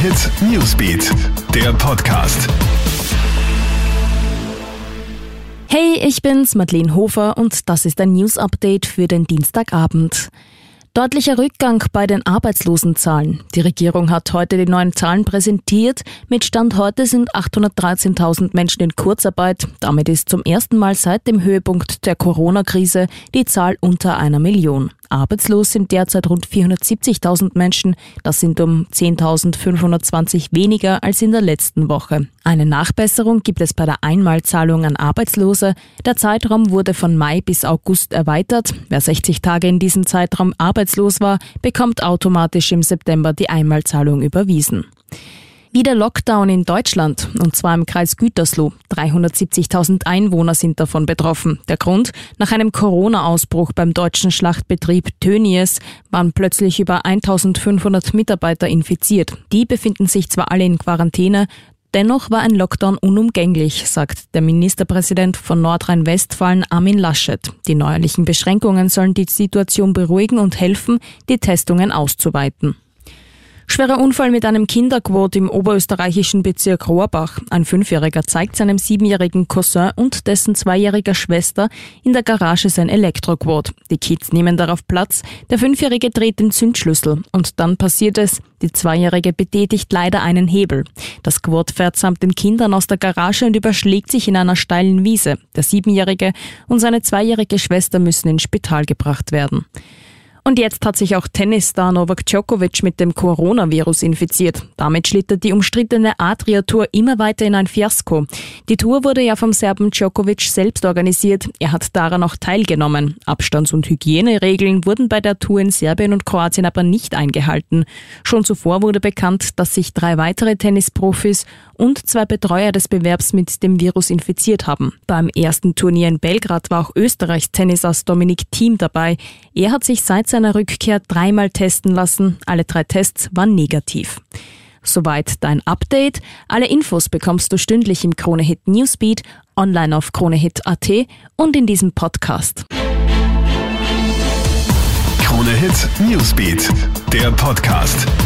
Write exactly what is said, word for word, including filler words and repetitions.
Hit Newsbeat, der Podcast. Hey, ich bin's, Madeleine Hofer, und das ist ein News-Update für den Dienstagabend. Deutlicher Rückgang bei den Arbeitslosenzahlen. Die Regierung hat heute die neuen Zahlen präsentiert. Mit Stand heute sind achthundertdreizehntausend Menschen in Kurzarbeit. Damit ist zum ersten Mal seit dem Höhepunkt der Corona-Krise die Zahl unter einer Million. Arbeitslos sind derzeit rund vierhundertsiebzigtausend Menschen. Das sind um zehntausendfünfhundertzwanzig weniger als in der letzten Woche. Eine Nachbesserung gibt es bei der Einmalzahlung an Arbeitslose. Der Zeitraum wurde von Mai bis August erweitert. Wer sechzig Tage in diesem Zeitraum arbeitslos war, bekommt automatisch im September die Einmalzahlung überwiesen. Wieder Lockdown in Deutschland, und zwar im Kreis Gütersloh. dreihundertsiebzigtausend Einwohner sind davon betroffen. Der Grund? Nach einem Corona-Ausbruch beim deutschen Schlachtbetrieb Tönnies waren plötzlich über eintausendfünfhundert Mitarbeiter infiziert. Die befinden sich zwar alle in Quarantäne, dennoch war ein Lockdown unumgänglich, sagt der Ministerpräsident von Nordrhein-Westfalen Armin Laschet. Die neuerlichen Beschränkungen sollen die Situation beruhigen und helfen, die Testungen auszuweiten. Schwerer Unfall mit einem Kinderquad im oberösterreichischen Bezirk Rohrbach. Ein Fünfjähriger zeigt seinem siebenjährigen Cousin und dessen zweijähriger Schwester in der Garage sein Elektroquad. Die Kids nehmen darauf Platz, der Fünfjährige dreht den Zündschlüssel und dann passiert es. Die Zweijährige betätigt leider einen Hebel. Das Quad fährt samt den Kindern aus der Garage und überschlägt sich in einer steilen Wiese. Der Siebenjährige und seine zweijährige Schwester müssen ins Spital gebracht werden. Und jetzt hat sich auch Tennisstar Novak Djokovic mit dem Coronavirus infiziert. Damit schlittert die umstrittene Adria-Tour immer weiter in ein Fiasko. Die Tour wurde ja vom Serben Djokovic selbst organisiert. Er hat daran auch teilgenommen. Abstands- und Hygieneregeln wurden bei der Tour in Serbien und Kroatien aber nicht eingehalten. Schon zuvor wurde bekannt, dass sich drei weitere Tennisprofis und zwei Betreuer des Bewerbs mit dem Virus infiziert haben. Beim ersten Turnier in Belgrad war auch Österreichs Tennisass Dominic Thiem dabei. Er hat sich seit seiner Rückkehr dreimal testen lassen. Alle drei Tests waren negativ. Soweit dein Update. Alle Infos bekommst du stündlich im Krone-Hit Newsbeat, online auf kronehit punkt at und in diesem Podcast. Krone-Hit Newsbeat, der Podcast.